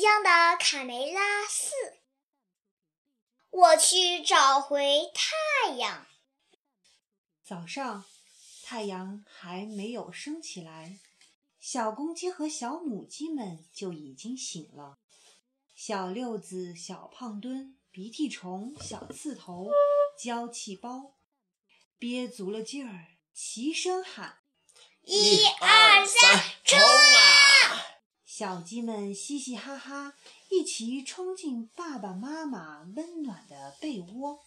江的卡梅拉寺。我去找回太阳。 早上，太阳还没有升起来，小公鸡和小母鸡们就已经醒了。小六子、小胖墩、鼻涕虫、小刺头、娇气包憋足了劲儿，齐声喊 ：1、2、3，冲啊！ 小鸡们嘻嘻哈哈，一起冲进爸爸妈妈温暖的被窝。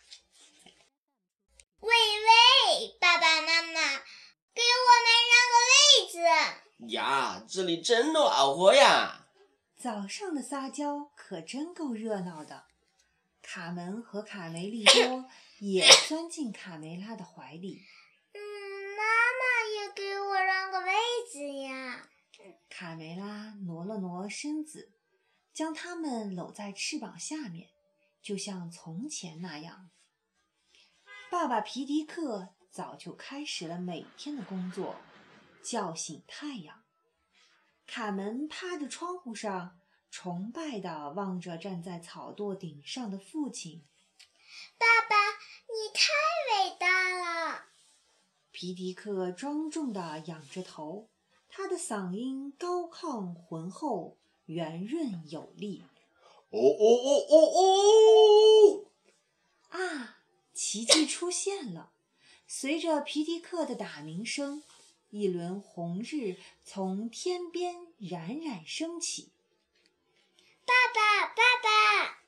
喂喂，爸爸妈妈，给我们让个位子呀，这里真暖和呀！ 早上的撒娇可真够热闹的。卡门和卡梅利多也钻进卡梅拉的怀里。 妈妈也给我让个位子呀！ 卡梅拉挪了挪身子，将它们搂在翅膀下面，就像从前那样。爸爸皮迪克早就开始了每天的工作，叫醒太阳。卡门趴着窗户上，崇拜地望着站在草垛顶上的父亲。 爸爸，你太伟大了！ 皮迪克庄重地仰着头，他的嗓音高亢浑厚，圆润有力。 哦哦哦哦哦！ 啊，奇迹出现了！随着皮迪克的打鸣声，一轮红日从天边冉冉升起。 爸爸，爸爸！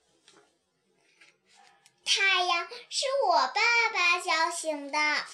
太阳是我爸爸叫醒的。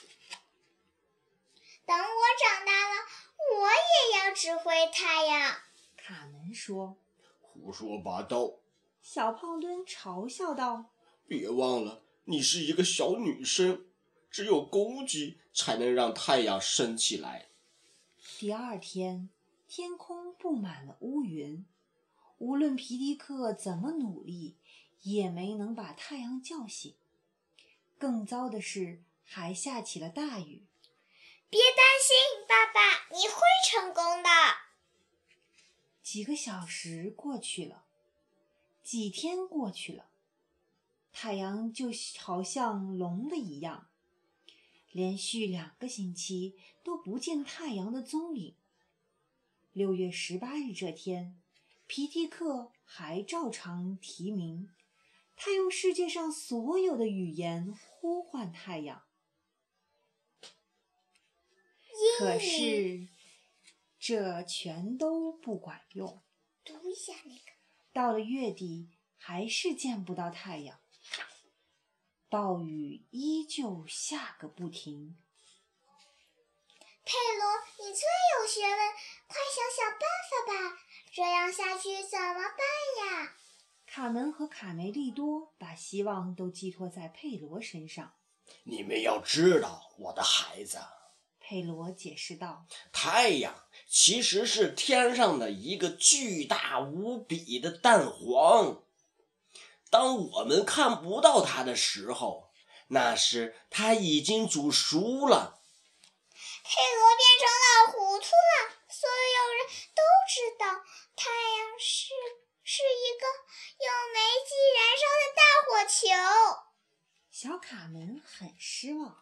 等我长大了，我也要指挥太阳。 卡门说。 胡说八道！ 小胖墩嘲笑道。 别忘了，你是一个小女生，只有公鸡才能让太阳升起来。 第二天，天空布满了乌云，无论皮迪克怎么努力，也没能把太阳叫醒。更糟的是，还下起了大雨。 别担心，爸爸，你会成功的。 几个小时过去了，几天过去了，太阳就好像聋了一样，连续2个星期都不见太阳的踪影。6月18日这天，皮迪克还照常提名，他用世界上所有的语言呼唤太阳。可是这全都不管用。 读一下那个。 到了月底，还是见不到太阳，暴雨依旧下个不停。 佩罗，你最有学问，快想想办法吧，这样下去怎么办呀？ 卡门和卡梅利多把希望都寄托在佩罗身上。 你们要知道，我的孩子， 佩罗解释道， 太阳其实是天上的一个巨大无比的蛋黄。当我们看不到它的时候，那时它已经煮熟了。 佩罗变成老糊涂了，所有人都知道太阳是一个用煤气燃烧的大火球。 小卡门很失望。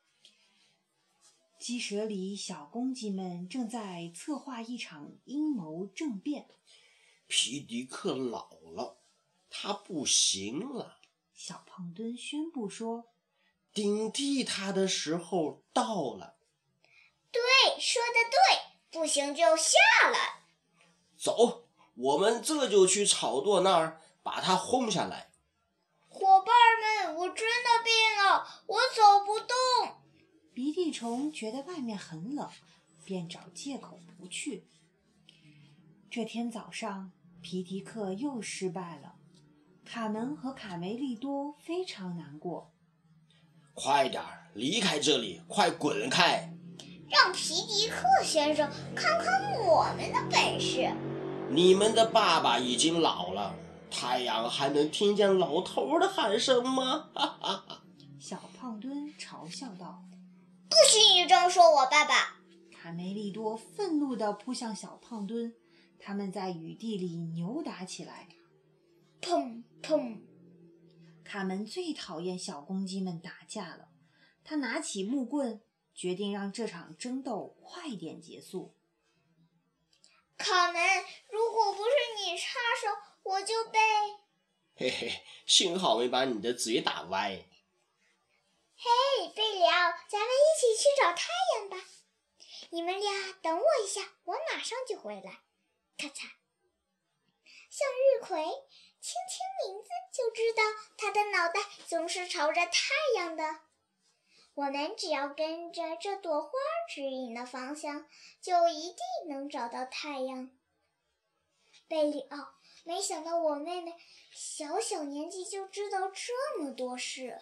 鸡舍里，小公鸡们正在策划一场阴谋政变。 皮迪克老了，他不行了。 小胖墩宣布说， 顶替他的时候到了。 对，说得对，不行就下来。 走，我们这就去草垛那儿把他轰下来。 伙伴们，我真的病了，我走不动。 鼻涕虫觉得外面很冷，便找借口不去。这天早上，皮迪克又失败了。卡门和卡梅利多非常难过。 快点离开这里，快滚开！ 让皮迪克先生看看我们的本事。 你们的爸爸已经老了，太阳还能听见老头的喊声吗？哈哈哈！ 小胖墩嘲笑道。 不许你这么说我爸爸！ 卡梅利多愤怒地扑向小胖墩， 他们在雨地里扭打起来。 砰砰！ 卡门最讨厌小公鸡们打架了，他拿起木棍，决定让这场争斗快点结束。 卡门，如果不是你插手，我就被…… 嘿嘿，幸好没把你的嘴打歪。 嘿，贝里奥，咱们一起去找太阳吧。你们俩等我一下，我马上就回来。咔嚓，向日葵，听听名字就知道它的脑袋总是朝着太阳的。我们只要跟着这朵花指引的方向，就一定能找到太阳。贝里奥，没想到我妹妹小年纪就知道这么多事。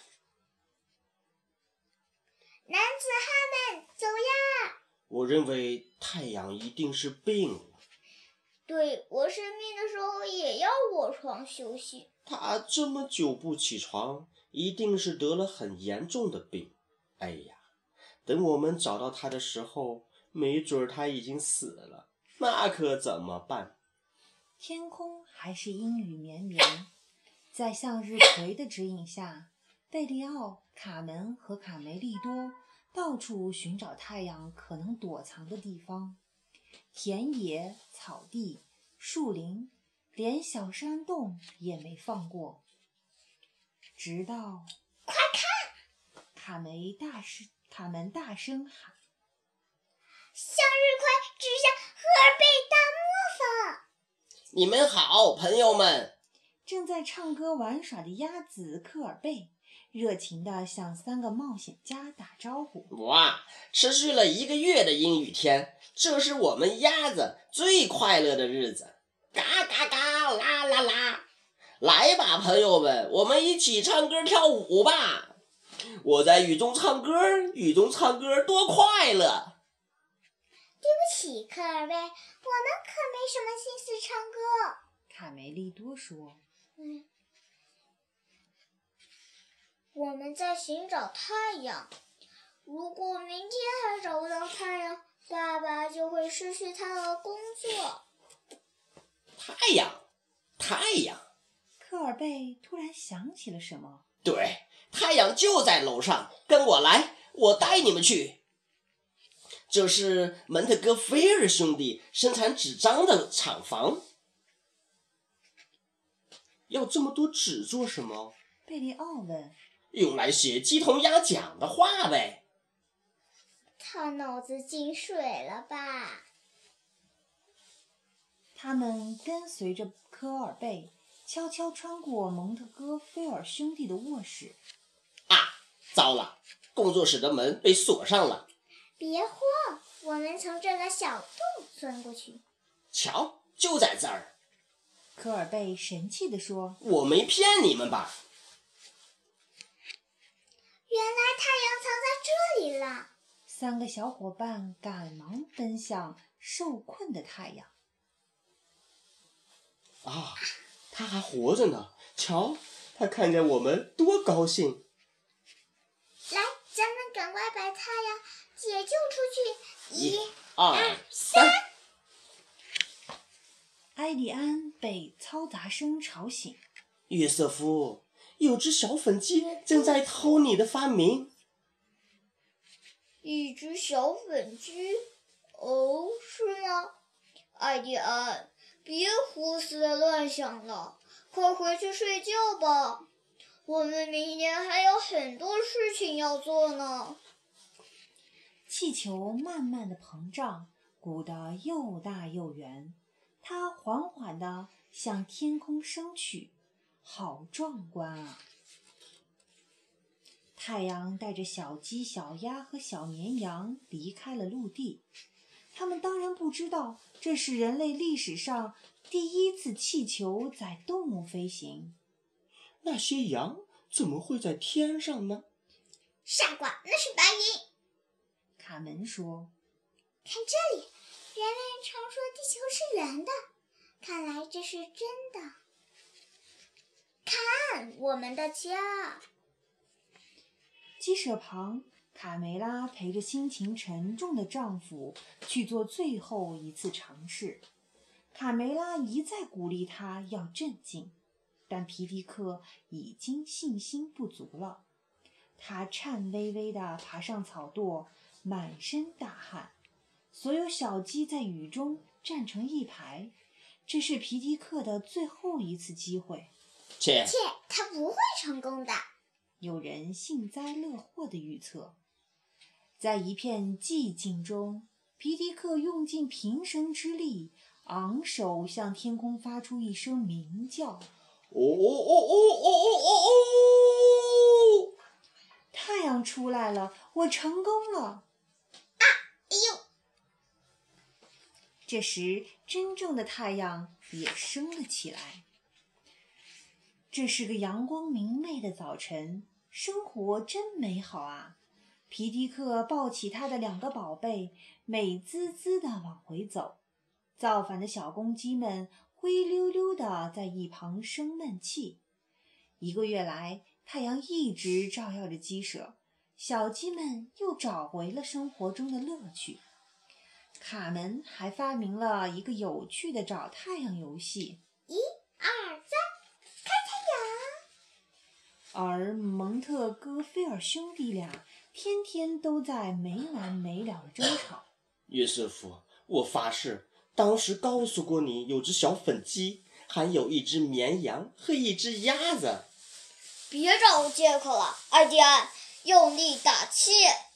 男子汉们，走呀！ 我认为太阳一定是病了。 对，我生病的时候也要卧床休息。 他这么久不起床，一定是得了很严重的病。哎呀，等我们找到他的时候，没准他已经死了，那可怎么办？ 天空还是阴雨绵绵，在向日葵的指引下，贝利奥、卡门和卡梅利多到处寻找太阳可能躲藏的地方。田野、草地、树林，连小山洞也没放过。直到快看！ 卡门大声喊： 向日葵指向赫尔贝大磨坊。 你们好，朋友们！ 正在唱歌玩耍的鸭子科尔贝热情地向3个冒险家打招呼。 哇，持续了1个月的阴雨天，这是我们鸭子最快乐的日子。嘎嘎嘎，啦啦啦！来吧，朋友们，我们一起唱歌跳舞吧！我在雨中唱歌，雨中唱歌多快乐！ 对不起，科尔贝，我们可没什么心思唱歌。 卡梅利多说。 我们在寻找太阳。如果明天还找不到太阳，爸爸就会失去他的工作。 太阳，太阳！ 科尔贝突然想起了什么。 对，太阳就在楼上，跟我来，我带你们去。这是门特戈菲尔兄弟生产纸张的厂房。要这么多纸做什么？ 贝利奥问。 用来写鸡同鸭讲的话呗。 他脑子进水了吧？ 他们跟随着科尔贝悄悄穿过蒙特戈菲尔兄弟的卧室。 啊，糟了，工作室的门被锁上了。 别慌，我们从这个小洞钻过去。 瞧，就在这儿。 科尔贝神气地说。 我没骗你们吧？ 原来太阳藏在这里了。 3个小伙伴赶忙奔向受困的太阳。 啊，他还活着呢！瞧，他看见我们多高兴！ 来，咱们赶快把太阳解救出去！ 1、2、3。 埃利安被嘈杂声吵醒。 约瑟夫，有只小粉鸡正在偷你的发明。 一只小粉鸡？哦，是吗？艾迪安，别胡思乱想了，快回去睡觉吧。我们明天还有很多事情要做呢。 气球慢慢的膨胀，鼓得又大又圆，它缓缓地向天空升去，好壮观啊！太阳带着小鸡、小鸭和小绵羊离开了陆地。他们当然不知道，这是人类历史上第一次气球载动物飞行。 那些羊怎么会在天上呢？ 傻瓜，那是白云。 卡门说。 看这里，人们常说地球是圆的，看来这是真的。看，我们的家。 鸡舍旁，卡梅拉陪着心情沉重的丈夫去做最后一次尝试。 卡梅拉一再鼓励他要镇静，但皮迪克已经信心不足了。他颤巍巍地爬上草垛，满身大汗。所有小鸡在雨中站成一排，这是皮迪克的最后一次机会。 切，他不会成功的。 有人幸灾乐祸地预测。在一片寂静中，皮迪克用尽平生之力，昂首向天空发出一声鸣叫。 哦哦哦哦哦哦哦！ 太阳出来了，我成功了！ 哎呦！ 这时，真正的太阳也升了起来。这是个阳光明媚的早晨，生活真美好啊！皮迪克抱起他的2个宝贝，美滋滋地往回走。造反的小公鸡们灰溜溜地在一旁生闷气。1个月来，太阳一直照耀着鸡舍，小鸡们又找回了生活中的乐趣。卡门还发明了一个有趣的找太阳游戏。 1、2、3，看太阳。 而蒙特哥菲尔兄弟俩天天都在没完没了的争吵。 约瑟夫，我发誓，当时告诉过你有只小粉鸡，还有一只绵羊和一只鸭子。 别找借口了，艾迪安，用力打气。